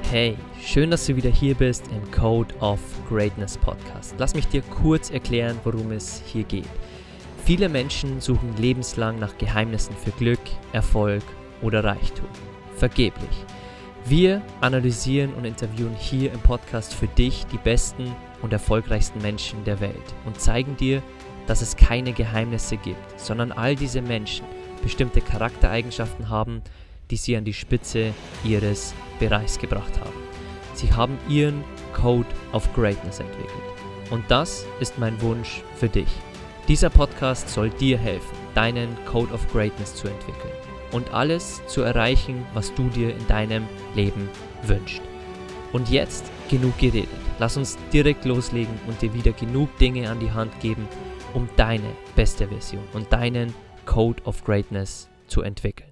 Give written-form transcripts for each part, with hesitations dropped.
Hey, schön, dass du wieder hier bist im Code of Greatness Podcast. Lass mich dir kurz erklären, worum es hier geht. Viele Menschen suchen lebenslang nach Geheimnissen für Glück, Erfolg oder Reichtum. Vergeblich. Wir analysieren und interviewen hier im Podcast für dich die besten und erfolgreichsten Menschen der Welt und zeigen dir, dass es keine Geheimnisse gibt, sondern all diese Menschen bestimmte Charaktereigenschaften haben, die sie an die Spitze ihres Bereichs gebracht haben. Sie haben ihren Code of Greatness entwickelt. Und das ist mein Wunsch für dich. Dieser Podcast soll dir helfen, deinen Code of Greatness zu entwickeln und alles zu erreichen, was du dir in deinem Leben wünschst. Und jetzt genug geredet. Lass uns direkt loslegen und dir wieder genug Dinge an die Hand geben, um deine beste Version und deinen Code of Greatness zu entwickeln.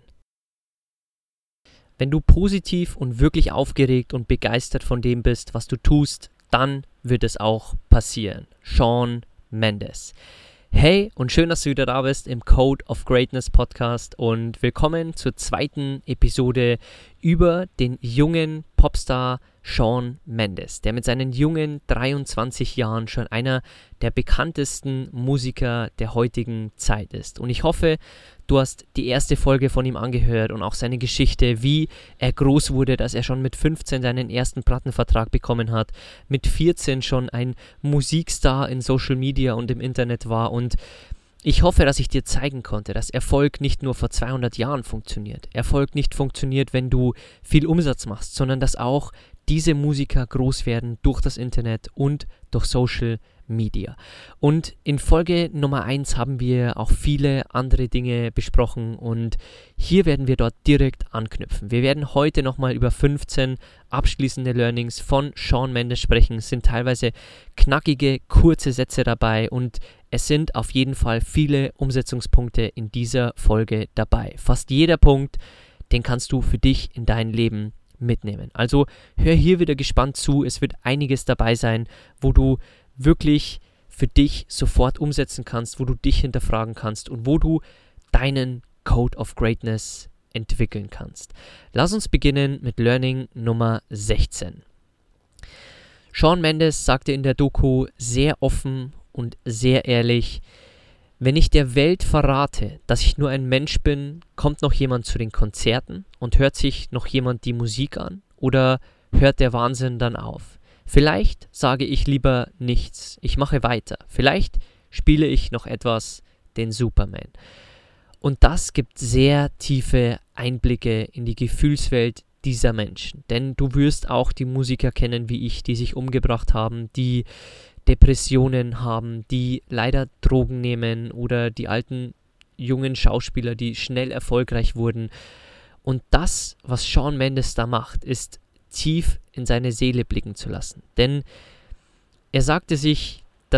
Wenn du positiv und wirklich aufgeregt und begeistert von dem bist, was du tust, dann wird es auch passieren. Shawn Mendes. Hey und schön, dass du wieder da bist im Code of Greatness Podcast und willkommen zur zweiten Episode über den jungen Popstar Shawn Mendes, der mit seinen jungen 23 Jahren schon einer der bekanntesten Musiker der heutigen Zeit ist. Und ich hoffe, du hast die erste Folge von ihm angehört und auch seine Geschichte, wie er groß wurde, dass er schon mit 15 seinen ersten Plattenvertrag bekommen hat, mit 14 schon ein Musikstar in Social Media und im Internet war. Und ich hoffe, dass ich dir zeigen konnte, dass Erfolg nicht nur vor 200 Jahren funktioniert. Erfolg nicht funktioniert, wenn du viel Umsatz machst, sondern dass auch diese Musiker groß werden durch das Internet und durch Social Media. Und in Folge Nummer 1 haben wir auch viele andere Dinge besprochen und hier werden wir dort direkt anknüpfen. Wir werden heute nochmal über 15 abschließende Learnings von Shawn Mendes sprechen. Es sind teilweise knackige, kurze Sätze dabei und es sind auf jeden Fall viele Umsetzungspunkte in dieser Folge dabei. Fast jeder Punkt, den kannst du für dich in dein Leben mitnehmen. Also hör hier wieder gespannt zu, es wird einiges dabei sein, wo du wirklich für dich sofort umsetzen kannst, wo du dich hinterfragen kannst und wo du deinen Code of Greatness entwickeln kannst. Lass uns beginnen mit Learning Nummer 16. Shawn Mendes sagte in der Doku sehr offen und sehr ehrlich: Wenn ich der Welt verrate, dass ich nur ein Mensch bin, kommt noch jemand zu den Konzerten und hört sich noch jemand die Musik an oder hört der Wahnsinn dann auf? Vielleicht sage ich lieber nichts, ich mache weiter. Vielleicht spiele ich noch etwas den Superman. Und das gibt sehr tiefe Einblicke in die Gefühlswelt dieser Menschen. Denn du wirst auch die Musiker kennen wie ich, die sich umgebracht haben, die Depressionen haben, die leider Drogen nehmen oder die alten jungen Schauspieler, die schnell erfolgreich wurden. Und das, was Shawn Mendes da macht, ist tief in seine Seele blicken zu lassen. Denn er fragte sich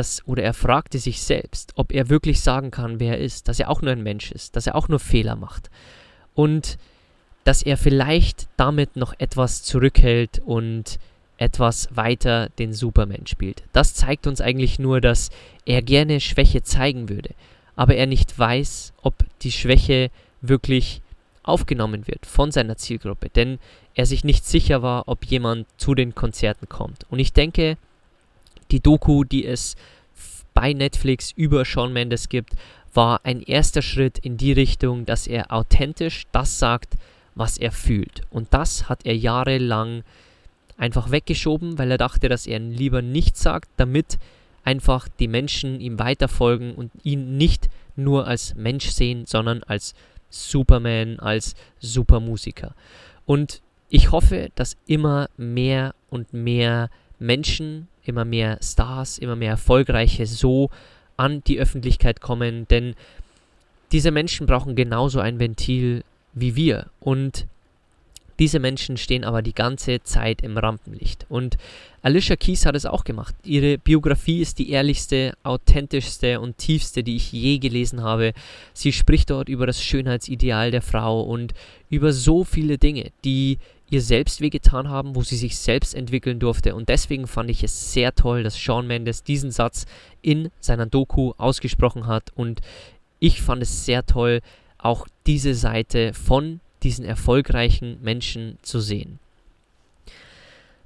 selbst, ob er wirklich sagen kann, wer er ist, dass er auch nur ein Mensch ist, dass er auch nur Fehler macht und dass er vielleicht damit noch etwas zurückhält und etwas weiter den Superman spielt. Das zeigt uns eigentlich nur, dass er gerne Schwäche zeigen würde, aber er nicht weiß, ob die Schwäche wirklich aufgenommen wird von seiner Zielgruppe, denn er sich nicht sicher war, ob jemand zu den Konzerten kommt. Und ich denke, die Doku, die es bei Netflix über Shawn Mendes gibt, war ein erster Schritt in die Richtung, dass er authentisch das sagt, was er fühlt. Und das hat er jahrelang einfach weggeschoben, weil er dachte, dass er lieber nichts sagt, damit einfach die Menschen ihm weiterfolgen und ihn nicht nur als Mensch sehen, sondern als Superman, als Supermusiker. Und ich hoffe, dass immer mehr und mehr Menschen, immer mehr Stars, immer mehr Erfolgreiche so an die Öffentlichkeit kommen, denn diese Menschen brauchen genauso ein Ventil wie wir und diese Menschen stehen aber die ganze Zeit im Rampenlicht. Und Alicia Keys hat es auch gemacht. Ihre Biografie ist die ehrlichste, authentischste und tiefste, die ich je gelesen habe. Sie spricht dort über das Schönheitsideal der Frau und über so viele Dinge, die ihr selbst wehgetan haben, wo sie sich selbst entwickeln durfte. Und deswegen fand ich es sehr toll, dass Shawn Mendes diesen Satz in seiner Doku ausgesprochen hat. Und ich fand es sehr toll, auch diese Seite von diesen erfolgreichen Menschen zu sehen.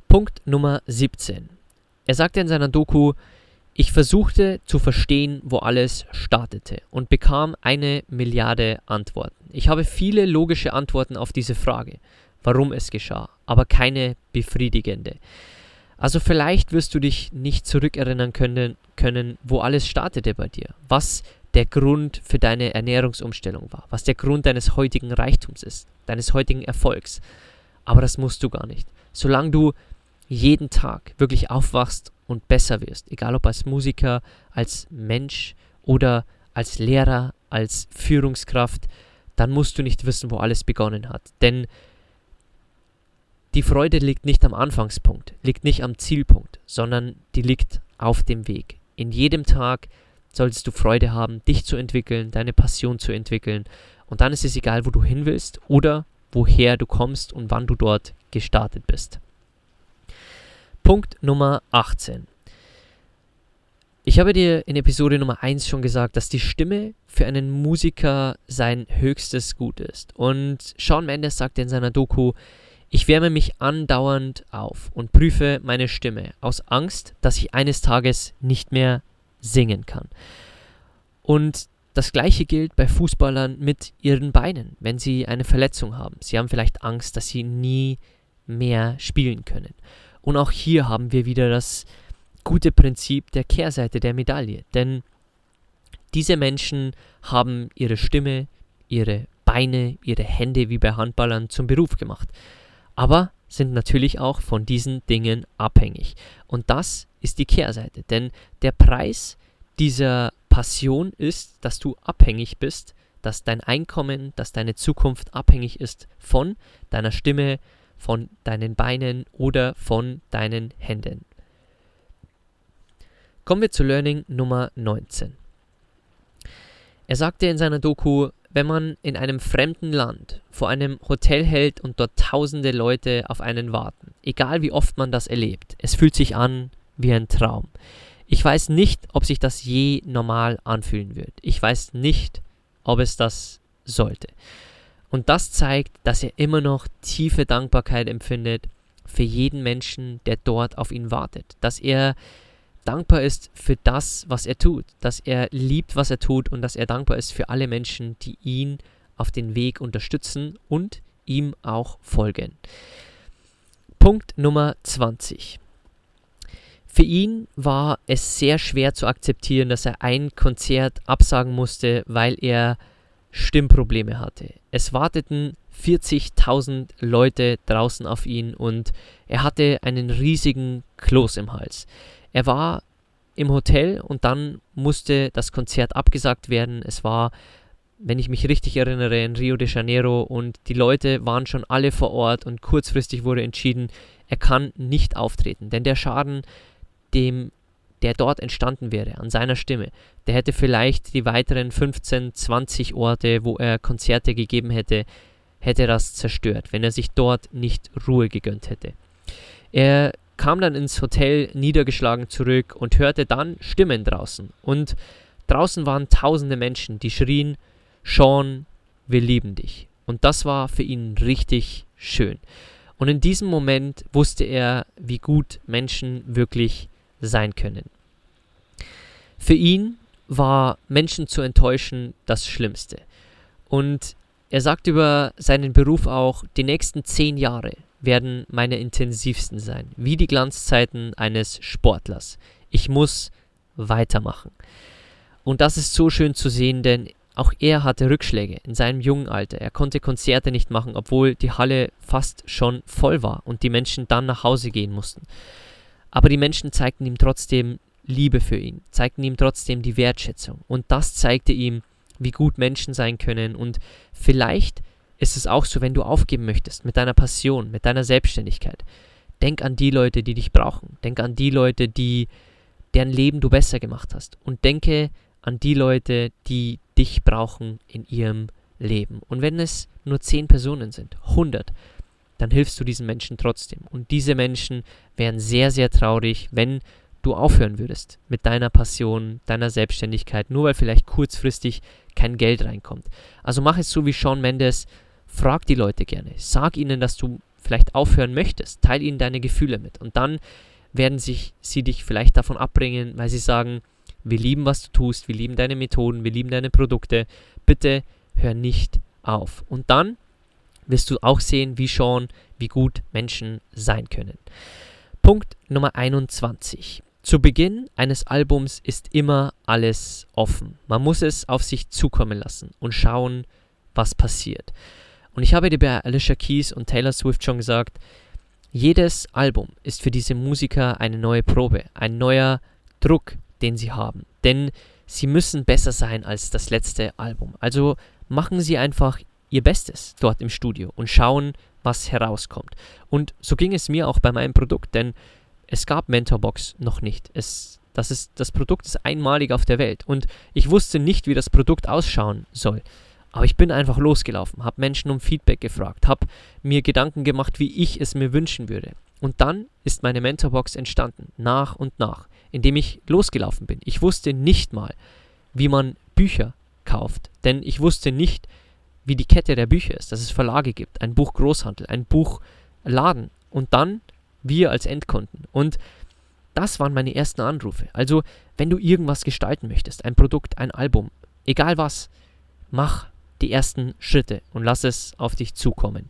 Punkt Nummer 17. Er sagte in seiner Doku: Ich versuchte zu verstehen, wo alles startete und bekam 1 Milliarde Antworten. Ich habe viele logische Antworten auf diese Frage, warum es geschah, aber keine befriedigende. Also vielleicht wirst du dich nicht zurückerinnern können, wo alles startete bei dir, was der Grund für deine Ernährungsumstellung war, was der Grund deines heutigen Reichtums ist, deines heutigen Erfolgs. Aber das musst du gar nicht. Solange du jeden Tag wirklich aufwachst und besser wirst, egal ob als Musiker, als Mensch oder als Lehrer, als Führungskraft, dann musst du nicht wissen, wo alles begonnen hat. Denn die Freude liegt nicht am Anfangspunkt, liegt nicht am Zielpunkt, sondern die liegt auf dem Weg. In jedem Tag solltest du Freude haben, dich zu entwickeln, deine Passion zu entwickeln. Und dann ist es egal, wo du hin willst oder woher du kommst und wann du dort gestartet bist. Punkt Nummer 18. Ich habe dir in Episode Nummer 1 schon gesagt, dass die Stimme für einen Musiker sein höchstes Gut ist. Und Shawn Mendes sagte in seiner Doku: Ich wärme mich andauernd auf und prüfe meine Stimme aus Angst, dass ich eines Tages nicht mehr singen kann. Und das Gleiche gilt bei Fußballern mit ihren Beinen, wenn sie eine Verletzung haben. Sie haben vielleicht Angst, dass sie nie mehr spielen können. Und auch hier haben wir wieder das gute Prinzip der Kehrseite der Medaille. Denn diese Menschen haben ihre Stimme, ihre Beine, ihre Hände wie bei Handballern zum Beruf gemacht. Aber sind natürlich auch von diesen Dingen abhängig. Und das ist die Kehrseite. Denn der Preis dieser Passion ist, dass du abhängig bist, dass dein Einkommen, dass deine Zukunft abhängig ist von deiner Stimme, von deinen Beinen oder von deinen Händen. Kommen wir zu Learning Nummer 19. Er sagte in seiner Doku: Wenn man in einem fremden Land vor einem Hotel hält und dort tausende Leute auf einen warten, egal wie oft man das erlebt, es fühlt sich an wie ein Traum. Ich weiß nicht, ob sich das je normal anfühlen wird. Ich weiß nicht, ob es das sollte. Und das zeigt, dass er immer noch tiefe Dankbarkeit empfindet für jeden Menschen, der dort auf ihn wartet. Dass er dankbar ist für das, was er tut. Dass er liebt, was er tut und dass er dankbar ist für alle Menschen, die ihn auf den Weg unterstützen und ihm auch folgen. Punkt Nummer 20. Für ihn war es sehr schwer zu akzeptieren, dass er ein Konzert absagen musste, weil er Stimmprobleme hatte. Es warteten 40.000 Leute draußen auf ihn und er hatte einen riesigen Kloß im Hals. Er war im Hotel und dann musste das Konzert abgesagt werden. Es war, wenn ich mich richtig erinnere, in Rio de Janeiro und die Leute waren schon alle vor Ort und kurzfristig wurde entschieden, er kann nicht auftreten, denn der Schaden, der dort entstanden wäre, an seiner Stimme, der hätte vielleicht die weiteren 15, 20 Orte, wo er Konzerte gegeben hätte, das zerstört, wenn er sich dort nicht Ruhe gegönnt hätte. Er kam dann ins Hotel niedergeschlagen zurück und hörte dann Stimmen draußen. Und draußen waren tausende Menschen, die schrien: Shawn, wir lieben dich. Und das war für ihn richtig schön. Und in diesem Moment wusste er, wie gut Menschen wirklich sein können. Für ihn war Menschen zu enttäuschen das Schlimmste. Und er sagt über seinen Beruf auch: Die nächsten 10 Jahre werden meine intensivsten sein, wie die Glanzzeiten eines Sportlers. Ich muss weitermachen. Und das ist so schön zu sehen, denn auch er hatte Rückschläge in seinem jungen Alter. Er konnte Konzerte nicht machen, obwohl die Halle fast schon voll war und die Menschen dann nach Hause gehen mussten. Aber die Menschen zeigten ihm trotzdem Liebe für ihn, zeigten ihm trotzdem die Wertschätzung. Und das zeigte ihm, wie gut Menschen sein können. Und vielleicht ist es auch so, wenn du aufgeben möchtest mit deiner Passion, mit deiner Selbstständigkeit. Denk an die Leute, die dich brauchen. Denk an die Leute, deren Leben du besser gemacht hast. Und denke an die Leute, die dich brauchen in ihrem Leben. Und wenn es nur 10 Personen sind, 100, dann hilfst du diesen Menschen trotzdem. Und diese Menschen wären sehr, sehr traurig, wenn du aufhören würdest mit deiner Passion, deiner Selbstständigkeit, nur weil vielleicht kurzfristig kein Geld reinkommt. Also mach es so wie Shawn Mendes, frag die Leute gerne. Sag ihnen, dass du vielleicht aufhören möchtest. Teil ihnen deine Gefühle mit. Und dann werden sie dich vielleicht davon abbringen, weil sie sagen, wir lieben, was du tust, wir lieben deine Methoden, wir lieben deine Produkte. Bitte hör nicht auf. Und dann wirst du auch sehen, wie Sean, wie gut Menschen sein können. Punkt Nummer 21. Zu Beginn eines Albums ist immer alles offen. Man muss es auf sich zukommen lassen und schauen, was passiert. Und ich habe dir bei Alicia Keys und Taylor Swift schon gesagt, jedes Album ist für diese Musiker eine neue Probe, ein neuer Druck, den sie haben. Denn sie müssen besser sein als das letzte Album. Also machen sie einfach ihr Bestes dort im Studio und schauen, was herauskommt. Und so ging es mir auch bei meinem Produkt, denn es gab Mentorbox noch nicht. Das Produkt ist einmalig auf der Welt und ich wusste nicht, wie das Produkt ausschauen soll. Aber ich bin einfach losgelaufen, habe Menschen um Feedback gefragt, habe mir Gedanken gemacht, wie ich es mir wünschen würde. Und dann ist meine Mentorbox entstanden, nach und nach, indem ich losgelaufen bin. Ich wusste nicht mal, wie man Bücher kauft, denn ich wusste nicht, wie die Kette der Bücher ist, dass es Verlage gibt, ein Buchgroßhandel, ein Buchladen und dann wir als Endkunden. Und das waren meine ersten Anrufe. Also, wenn du irgendwas gestalten möchtest, ein Produkt, ein Album, egal was, mach die ersten Schritte und lass es auf dich zukommen.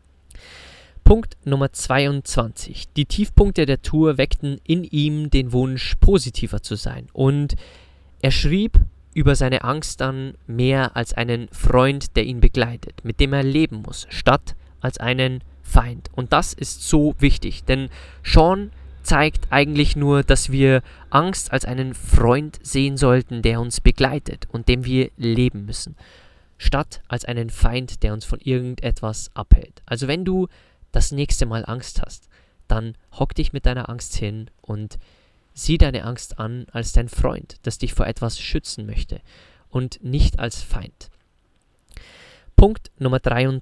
Punkt Nummer 22. Die Tiefpunkte der Tour weckten in ihm den Wunsch, positiver zu sein. Und er schrieb über seine Angst dann mehr als einen Freund, der ihn begleitet, mit dem er leben muss, statt als einen Feind. Und das ist so wichtig, denn Sean zeigt eigentlich nur, dass wir Angst als einen Freund sehen sollten, der uns begleitet und dem wir leben müssen, statt als einen Feind, der uns von irgendetwas abhält. Also wenn du das nächste Mal Angst hast, dann hock dich mit deiner Angst hin und sieh deine Angst an als dein Freund, das dich vor etwas schützen möchte und nicht als Feind. Punkt Nummer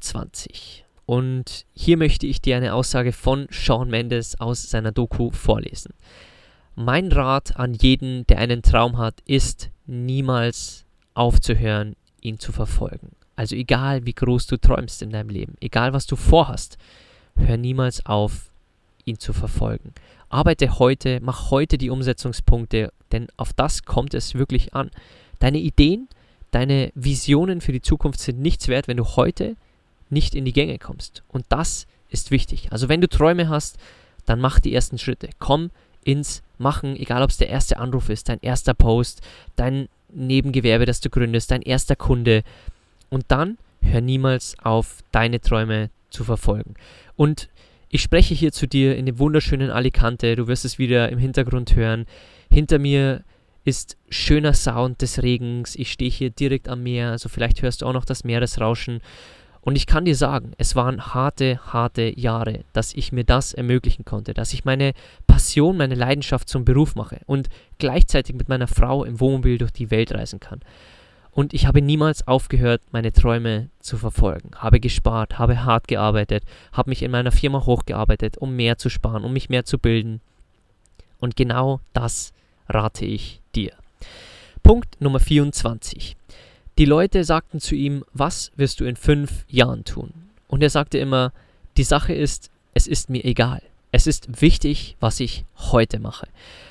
23. Und hier möchte ich dir eine Aussage von Shawn Mendes aus seiner Doku vorlesen. Mein Rat an jeden, der einen Traum hat, ist, niemals aufzuhören, ihn zu verfolgen. Also egal, wie groß du träumst in deinem Leben, egal, was du vorhast, hör niemals auf, ihn zu verfolgen. Arbeite heute, mach heute die Umsetzungspunkte, denn auf das kommt es wirklich an. Deine Ideen, deine Visionen für die Zukunft sind nichts wert, wenn du heute nicht in die Gänge kommst. Und das ist wichtig. Also wenn du Träume hast, dann mach die ersten Schritte. Komm ins Machen, egal ob es der erste Anruf ist, dein erster Post, dein Nebengewerbe, das du gründest, dein erster Kunde. Und dann hör niemals auf, deine Träume zu verfolgen. Und ich spreche hier zu dir in dem wunderschönen Alicante. Du wirst es wieder im Hintergrund hören. Hinter mir ist schöner Sound des Regens. Ich stehe hier direkt am Meer. Also vielleicht hörst du auch noch das Meeresrauschen. Und ich kann dir sagen, es waren harte Jahre, dass ich mir das ermöglichen konnte, dass ich meine Passion, meine Leidenschaft zum Beruf mache und gleichzeitig mit meiner Frau im Wohnmobil durch die Welt reisen kann. Und ich habe niemals aufgehört, meine Träume zu verfolgen, habe gespart, habe hart gearbeitet, habe mich in meiner Firma hochgearbeitet, um mehr zu sparen, um mich mehr zu bilden. Und genau das rate ich dir. Punkt Nummer 24. Die Leute sagten zu ihm, was wirst du in 5 Jahren tun? Und er sagte immer, die Sache ist, es ist mir egal. Es ist wichtig, was ich heute mache.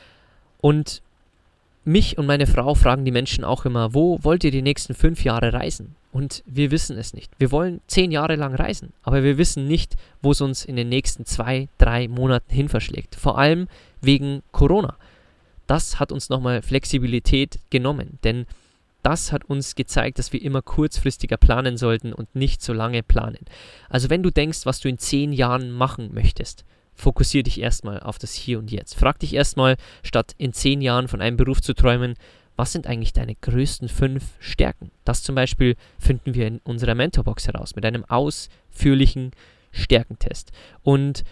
Und mich und meine Frau fragen die Menschen auch immer, wo wollt ihr die nächsten 5 Jahre reisen? Und wir wissen es nicht. Wir wollen 10 Jahre lang reisen, aber wir wissen nicht, wo es uns in den nächsten 2-3 Monaten hin verschlägt. Vor allem wegen Corona. Das hat uns nochmal Flexibilität genommen, denn das hat uns gezeigt, dass wir immer kurzfristiger planen sollten und nicht so lange planen. Also wenn du denkst, was du in 10 Jahren machen möchtest, fokussiere dich erstmal auf das Hier und Jetzt. Frag dich erstmal, statt in 10 Jahren von einem Beruf zu träumen, was sind eigentlich deine größten 5 Stärken? Das zum Beispiel finden wir in unserer Mentorbox heraus mit einem ausführlichen Stärkentest. Und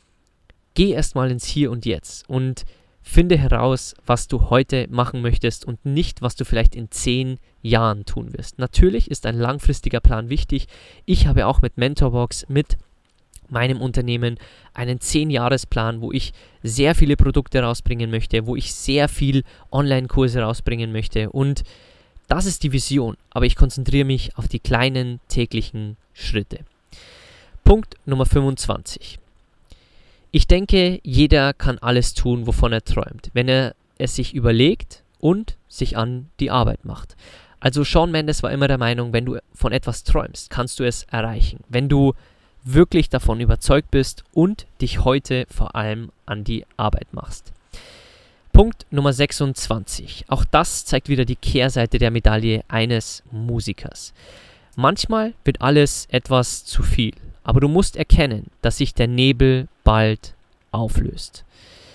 geh erstmal ins Hier und Jetzt und finde heraus, was du heute machen möchtest und nicht, was du vielleicht in 10 Jahren tun wirst. Natürlich ist ein langfristiger Plan wichtig. Ich habe auch mit Mentorbox, mit meinem Unternehmen einen 10-Jahres-Plan, wo ich sehr viele Produkte rausbringen möchte, wo ich sehr viel Online-Kurse rausbringen möchte. Und das ist die Vision, aber ich konzentriere mich auf die kleinen täglichen Schritte. Punkt Nummer 25. Ich denke, jeder kann alles tun, wovon er träumt, wenn er es sich überlegt und sich an die Arbeit macht. Also Shawn Mendes war immer der Meinung, wenn du von etwas träumst, kannst du es erreichen. Wenn du wirklich davon überzeugt bist und dich heute vor allem an die Arbeit machst. Punkt Nummer 26. Auch das zeigt wieder die Kehrseite der Medaille eines Musikers. Manchmal wird alles etwas zu viel, aber du musst erkennen, dass sich der Nebel bald auflöst.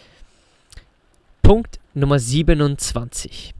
Punkt Nummer 27.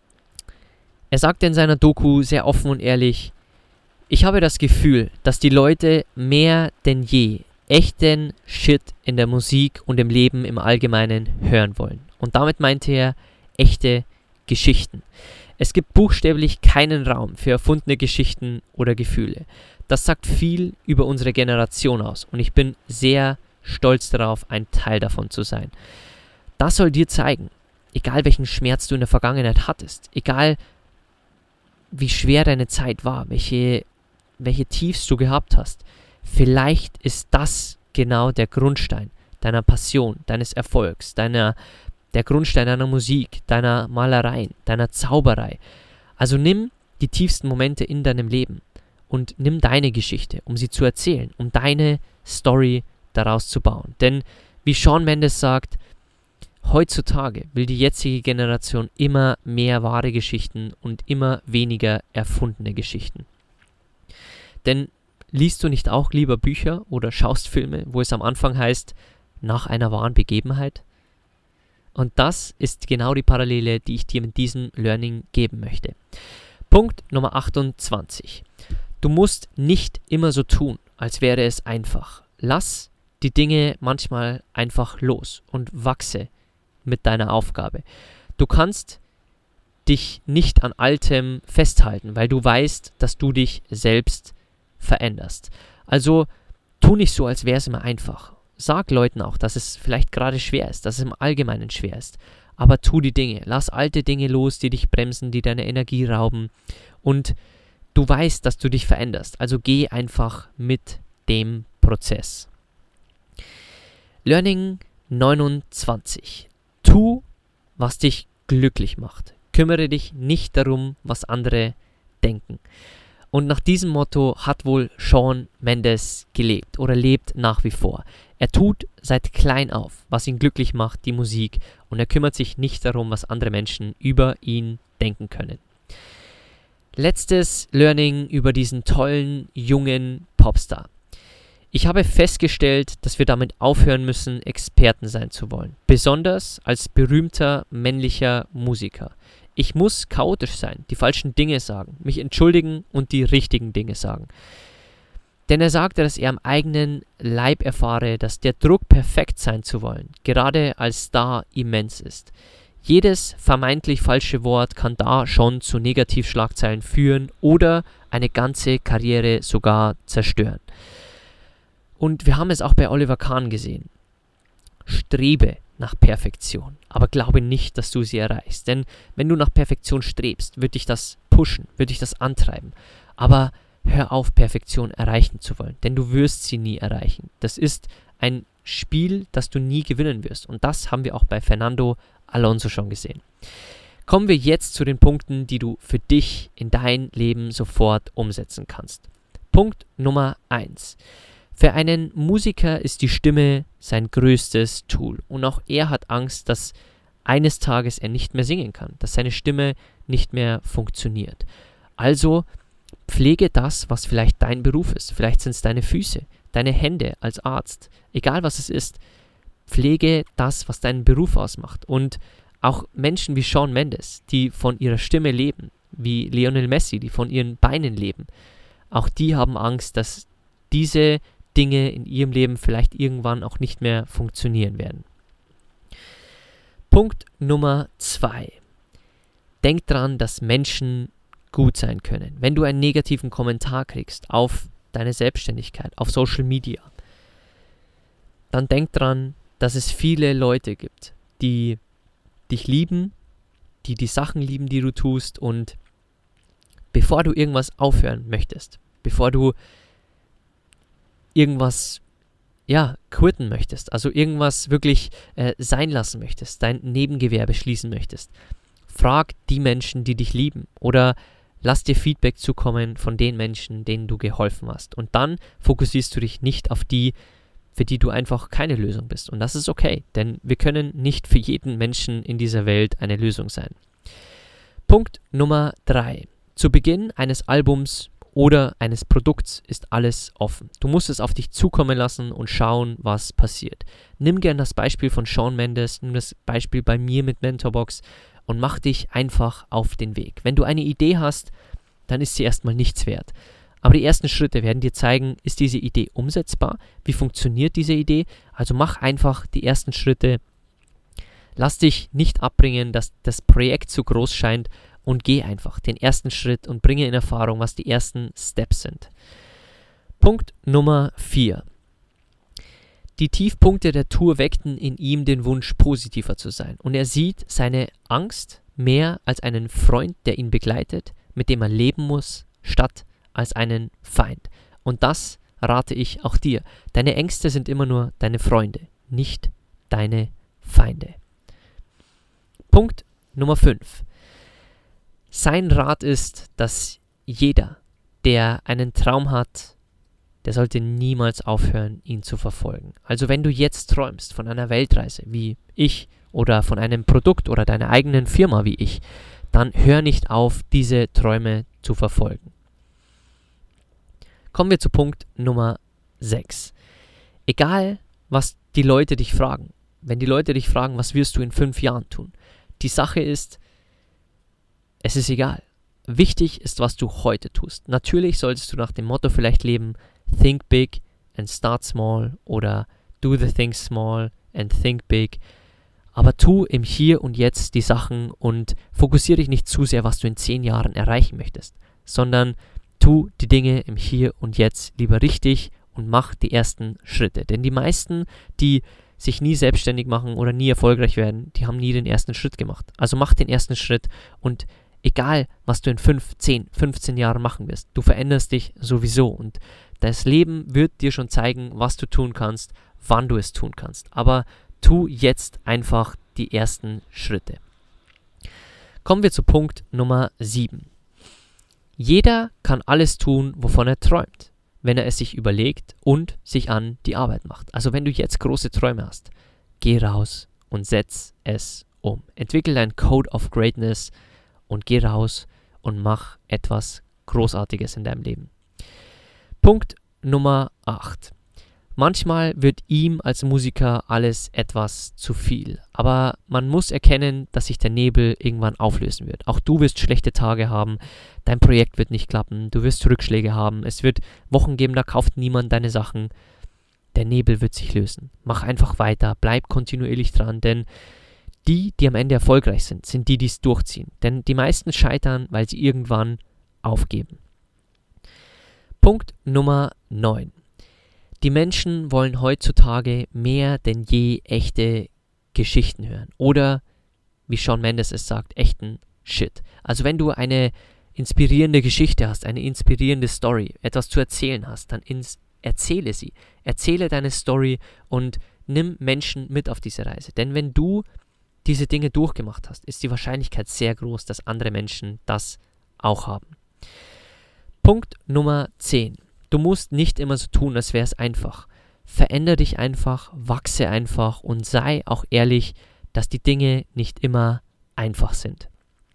Er sagte in seiner Doku sehr offen und ehrlich: Ich habe das Gefühl, dass die Leute mehr denn je echten Shit in der Musik und im Leben im Allgemeinen hören wollen. Und damit meinte er echte Geschichten. Es gibt buchstäblich keinen Raum für erfundene Geschichten oder Gefühle. Das sagt viel über unsere Generation aus und ich bin sehr stolz darauf, ein Teil davon zu sein. Das soll dir zeigen, egal welchen Schmerz du in der Vergangenheit hattest, egal wie schwer deine Zeit war, welche Tiefs du gehabt hast, vielleicht ist das genau der Grundstein deiner Passion, deines Erfolgs, der Grundstein deiner Musik, deiner Malereien, deiner Zauberei. Also nimm die tiefsten Momente in deinem Leben und nimm deine Geschichte, um sie zu erzählen, um deine Story daraus zu bauen. Denn wie Shawn Mendes sagt, heutzutage will die jetzige Generation immer mehr wahre Geschichten und immer weniger erfundene Geschichten. Denn liest du nicht auch lieber Bücher oder schaust Filme, wo es am Anfang heißt, nach einer wahren Begebenheit? Und das ist genau die Parallele, die ich dir mit diesem Learning geben möchte. Punkt Nummer 28. Du musst nicht immer so tun, als wäre es einfach. Lass die Dinge manchmal einfach los und wachse mit deiner Aufgabe. Du kannst dich nicht an Altem festhalten, weil du weißt, dass du dich selbst veränderst. Also tu nicht so, als wäre es immer einfach. Sag Leuten auch, dass es vielleicht gerade schwer ist, dass es im Allgemeinen schwer ist. Aber tu die Dinge. Lass alte Dinge los, die dich bremsen, die deine Energie rauben. Und du weißt, dass du dich veränderst. Also geh einfach mit dem Prozess. Learning 29. Tu, was dich glücklich macht. Kümmere dich nicht darum, was andere denken. Und nach diesem Motto hat wohl Shawn Mendes gelebt oder lebt nach wie vor. Er tut seit klein auf, was ihn glücklich macht, die Musik, und er kümmert sich nicht darum, was andere Menschen über ihn denken können. Letztes Learning über diesen tollen, jungen Popstar. Ich habe festgestellt, dass wir damit aufhören müssen, Experten sein zu wollen. Besonders als berühmter männlicher Musiker. Ich muss chaotisch sein, die falschen Dinge sagen, mich entschuldigen und die richtigen Dinge sagen. Denn er sagte, dass er am eigenen Leib erfahre, dass der Druck, perfekt sein zu wollen, gerade als Star immens ist. Jedes vermeintlich falsche Wort kann da schon zu Negativschlagzeilen führen oder eine ganze Karriere sogar zerstören. Und wir haben es auch bei Oliver Kahn gesehen. Strebe nach Perfektion, aber glaube nicht, dass du sie erreichst. Denn wenn du nach Perfektion strebst, wird dich das pushen, wird dich das antreiben. Aber hör auf, Perfektion erreichen zu wollen, denn du wirst sie nie erreichen. Das ist ein Spiel, das du nie gewinnen wirst. Und das haben wir auch bei Fernando Alonso schon gesehen. Kommen wir jetzt zu den Punkten, die du für dich in dein Leben sofort umsetzen kannst. Punkt Nummer 1. Für einen Musiker ist die Stimme sein größtes Tool. Und auch er hat Angst, dass eines Tages er nicht mehr singen kann, dass seine Stimme nicht mehr funktioniert. Also pflege das, was vielleicht dein Beruf ist. Vielleicht sind es deine Füße, deine Hände als Arzt. Egal was es ist, pflege das, was deinen Beruf ausmacht. Und auch Menschen wie Shawn Mendes, die von ihrer Stimme leben, wie Lionel Messi, die von ihren Beinen leben, auch die haben Angst, dass diese Dinge in ihrem Leben vielleicht irgendwann auch nicht mehr funktionieren werden. Punkt Nummer 2. Denk dran, dass Menschen gut sein können. Wenn du einen negativen Kommentar kriegst auf deine Selbstständigkeit, auf Social Media, dann denk dran, dass es viele Leute gibt, die dich lieben, die die Sachen lieben, die du tust, und bevor du irgendwas aufhören möchtest, bevor du irgendwas quitten möchtest, also irgendwas wirklich sein lassen möchtest, dein Nebengewerbe schließen möchtest, frag die Menschen, die dich lieben, oder lass dir Feedback zukommen von den Menschen, denen du geholfen hast. Und dann fokussierst du dich nicht auf die, für die du einfach keine Lösung bist. Und das ist okay, denn wir können nicht für jeden Menschen in dieser Welt eine Lösung sein. Punkt Nummer 3. Zu Beginn eines Albums oder eines Produkts ist alles offen. Du musst es auf dich zukommen lassen und schauen, was passiert. Nimm gern das Beispiel von Shawn Mendes, nimm das Beispiel bei mir mit Mentorbox und mach dich einfach auf den Weg. Wenn du eine Idee hast, dann ist sie erstmal nichts wert. Aber die ersten Schritte werden dir zeigen, ist diese Idee umsetzbar? Wie funktioniert diese Idee? Also mach einfach die ersten Schritte. Lass dich nicht abbringen, dass das Projekt zu groß scheint, und geh einfach den ersten Schritt und bringe in Erfahrung, was die ersten Steps sind. Punkt Nummer 4. Die Tiefpunkte der Tour weckten in ihm den Wunsch, positiver zu sein. Und er sieht seine Angst mehr als einen Freund, der ihn begleitet, mit dem er leben muss, statt als einen Feind. Und das rate ich auch dir. Deine Ängste sind immer nur deine Freunde, nicht deine Feinde. Punkt Nummer 5. Sein Rat ist, dass jeder, der einen Traum hat, der sollte niemals aufhören, ihn zu verfolgen. Also wenn du jetzt träumst von einer Weltreise, wie ich, oder von einem Produkt oder deiner eigenen Firma, wie ich, dann hör nicht auf, diese Träume zu verfolgen. Kommen wir zu Punkt Nummer 6. Egal, was die Leute dich fragen, wenn die Leute dich fragen, was wirst du in 5 Jahren tun? Die Sache ist, es ist egal. Wichtig ist, was du heute tust. Natürlich solltest du nach dem Motto vielleicht leben, think big and start small, oder do the things small and think big. Aber tu im Hier und Jetzt die Sachen und fokussiere dich nicht zu sehr, was du in 10 Jahren erreichen möchtest, sondern tu die Dinge im Hier und Jetzt lieber richtig und mach die ersten Schritte. Denn die meisten, die sich nie selbstständig machen oder nie erfolgreich werden, die haben nie den ersten Schritt gemacht. Also mach den ersten Schritt, und egal, was du in 5, 10, 15 Jahren machen wirst, du veränderst dich sowieso, und das Leben wird dir schon zeigen, was du tun kannst, wann du es tun kannst. Aber tu jetzt einfach die ersten Schritte. Kommen wir zu Punkt Nummer 7. Jeder kann alles tun, wovon er träumt, wenn er es sich überlegt und sich an die Arbeit macht. Also wenn du jetzt große Träume hast, geh raus und setz es um. Entwickel deinen Code of Greatness und geh raus und mach etwas Großartiges in deinem Leben. Punkt Nummer 8. Manchmal wird ihm als Musiker alles etwas zu viel, aber man muss erkennen, dass sich der Nebel irgendwann auflösen wird. Auch du wirst schlechte Tage haben, dein Projekt wird nicht klappen, du wirst Rückschläge haben, es wird Wochen geben, da kauft niemand deine Sachen. Der Nebel wird sich lösen. Mach einfach weiter, bleib kontinuierlich dran, denn die am Ende erfolgreich sind, sind die, die es durchziehen. Denn die meisten scheitern, weil sie irgendwann aufgeben. Punkt Nummer 9. Die Menschen wollen heutzutage mehr denn je echte Geschichten hören. Oder, wie Shawn Mendes es sagt, echten Shit. Also wenn du eine inspirierende Geschichte hast, eine inspirierende Story, etwas zu erzählen hast, dann erzähle sie. Erzähle deine Story und nimm Menschen mit auf diese Reise. Denn wenn du diese Dinge durchgemacht hast, ist die Wahrscheinlichkeit sehr groß, dass andere Menschen das auch haben. Punkt Nummer 10. Du musst nicht immer so tun, als wäre es einfach. Verändere dich einfach, wachse einfach und sei auch ehrlich, dass die Dinge nicht immer einfach sind.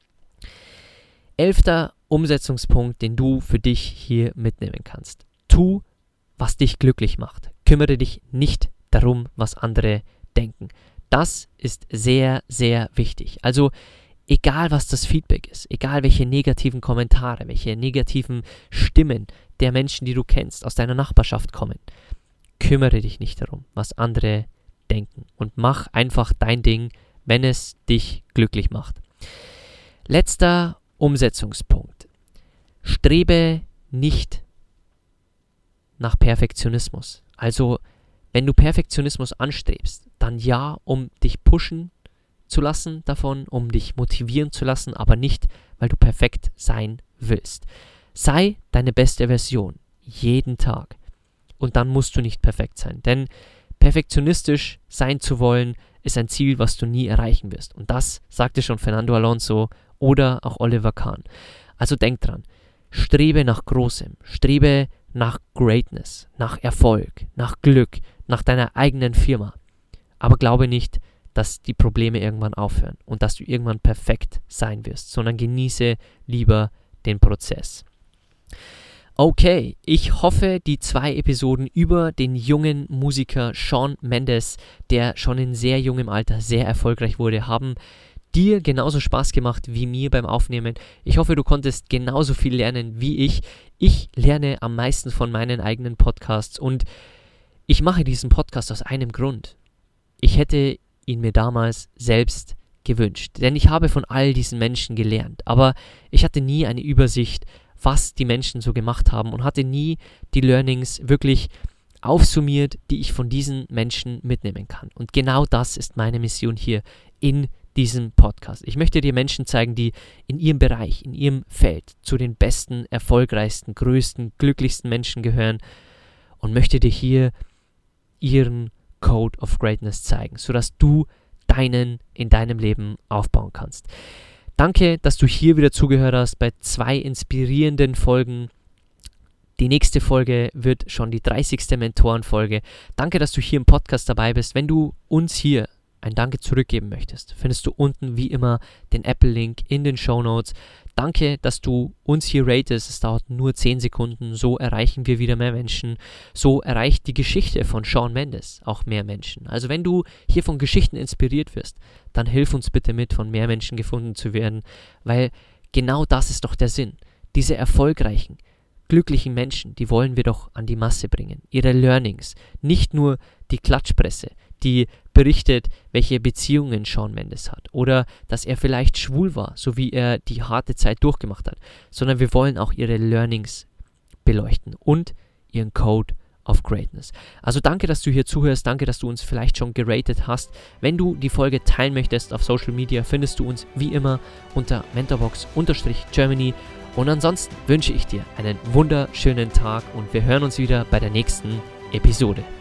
11. Umsetzungspunkt, den du für dich hier mitnehmen kannst. Tu, was dich glücklich macht. Kümmere dich nicht darum, was andere denken. Das ist sehr, sehr wichtig. Also egal, was das Feedback ist, egal welche negativen Kommentare, welche negativen Stimmen der Menschen, die du kennst, aus deiner Nachbarschaft kommen, kümmere dich nicht darum, was andere denken, und mach einfach dein Ding, wenn es dich glücklich macht. Letzter Umsetzungspunkt. Strebe nicht nach Perfektionismus. Also wenn du Perfektionismus anstrebst, dann ja, um dich pushen zu lassen davon, um dich motivieren zu lassen, aber nicht, weil du perfekt sein willst. Sei deine beste Version, jeden Tag. und dann musst du nicht perfekt sein. Denn perfektionistisch sein zu wollen, ist ein Ziel, was du nie erreichen wirst. Und das sagte schon Fernando Alonso oder auch Oliver Kahn. Also denk dran, strebe nach Großem, strebe nach Greatness, nach Erfolg, nach Glück, nach deiner eigenen Firma. Aber glaube nicht, dass die Probleme irgendwann aufhören und dass du irgendwann perfekt sein wirst, sondern genieße lieber den Prozess. Okay, ich hoffe, die 2 Episoden über den jungen Musiker Shawn Mendes, der schon in sehr jungem Alter sehr erfolgreich wurde, haben dir genauso Spaß gemacht wie mir beim Aufnehmen. Ich hoffe, du konntest genauso viel lernen wie ich. Ich lerne am meisten von meinen eigenen Podcasts und ich mache diesen Podcast aus einem Grund. Ich hätte ihn mir damals selbst gewünscht, denn ich habe von all diesen Menschen gelernt, aber ich hatte nie eine Übersicht, was die Menschen so gemacht haben und hatte nie die Learnings wirklich aufsummiert, die ich von diesen Menschen mitnehmen kann. Und genau das ist meine Mission hier in diesem Podcast. Ich möchte dir Menschen zeigen, die in ihrem Bereich, in ihrem Feld zu den besten, erfolgreichsten, größten, glücklichsten Menschen gehören und möchte dir hier ihren Code of Greatness zeigen, sodass du deinen in deinem Leben aufbauen kannst. Danke, dass du hier wieder zugehört hast bei 2 inspirierenden Folgen. Die nächste Folge wird schon die 30. Mentorenfolge. Danke, dass du hier im Podcast dabei bist. Wenn du uns hier ein Danke zurückgeben möchtest, findest du unten wie immer den Apple-Link in den Shownotes. Danke, dass du uns hier ratest. Es dauert nur 10 Sekunden. So erreichen wir wieder mehr Menschen. So erreicht die Geschichte von Shawn Mendes auch mehr Menschen. Also wenn du hier von Geschichten inspiriert wirst, dann hilf uns bitte mit, von mehr Menschen gefunden zu werden, weil genau das ist doch der Sinn. Diese erfolgreichen, glücklichen Menschen, die wollen wir doch an die Masse bringen. Ihre Learnings, nicht nur die Klatschpresse, die berichtet, welche Beziehungen Shawn Mendes hat oder dass er vielleicht schwul war, so wie er die harte Zeit durchgemacht hat, sondern wir wollen auch ihre Learnings beleuchten und ihren Code of Greatness. Also danke, dass du hier zuhörst, danke, dass du uns vielleicht schon geratet hast. Wenn du die Folge teilen möchtest auf Social Media, findest du uns wie immer unter mentorbox_Germany und ansonsten wünsche ich dir einen wunderschönen Tag und wir hören uns wieder bei der nächsten Episode.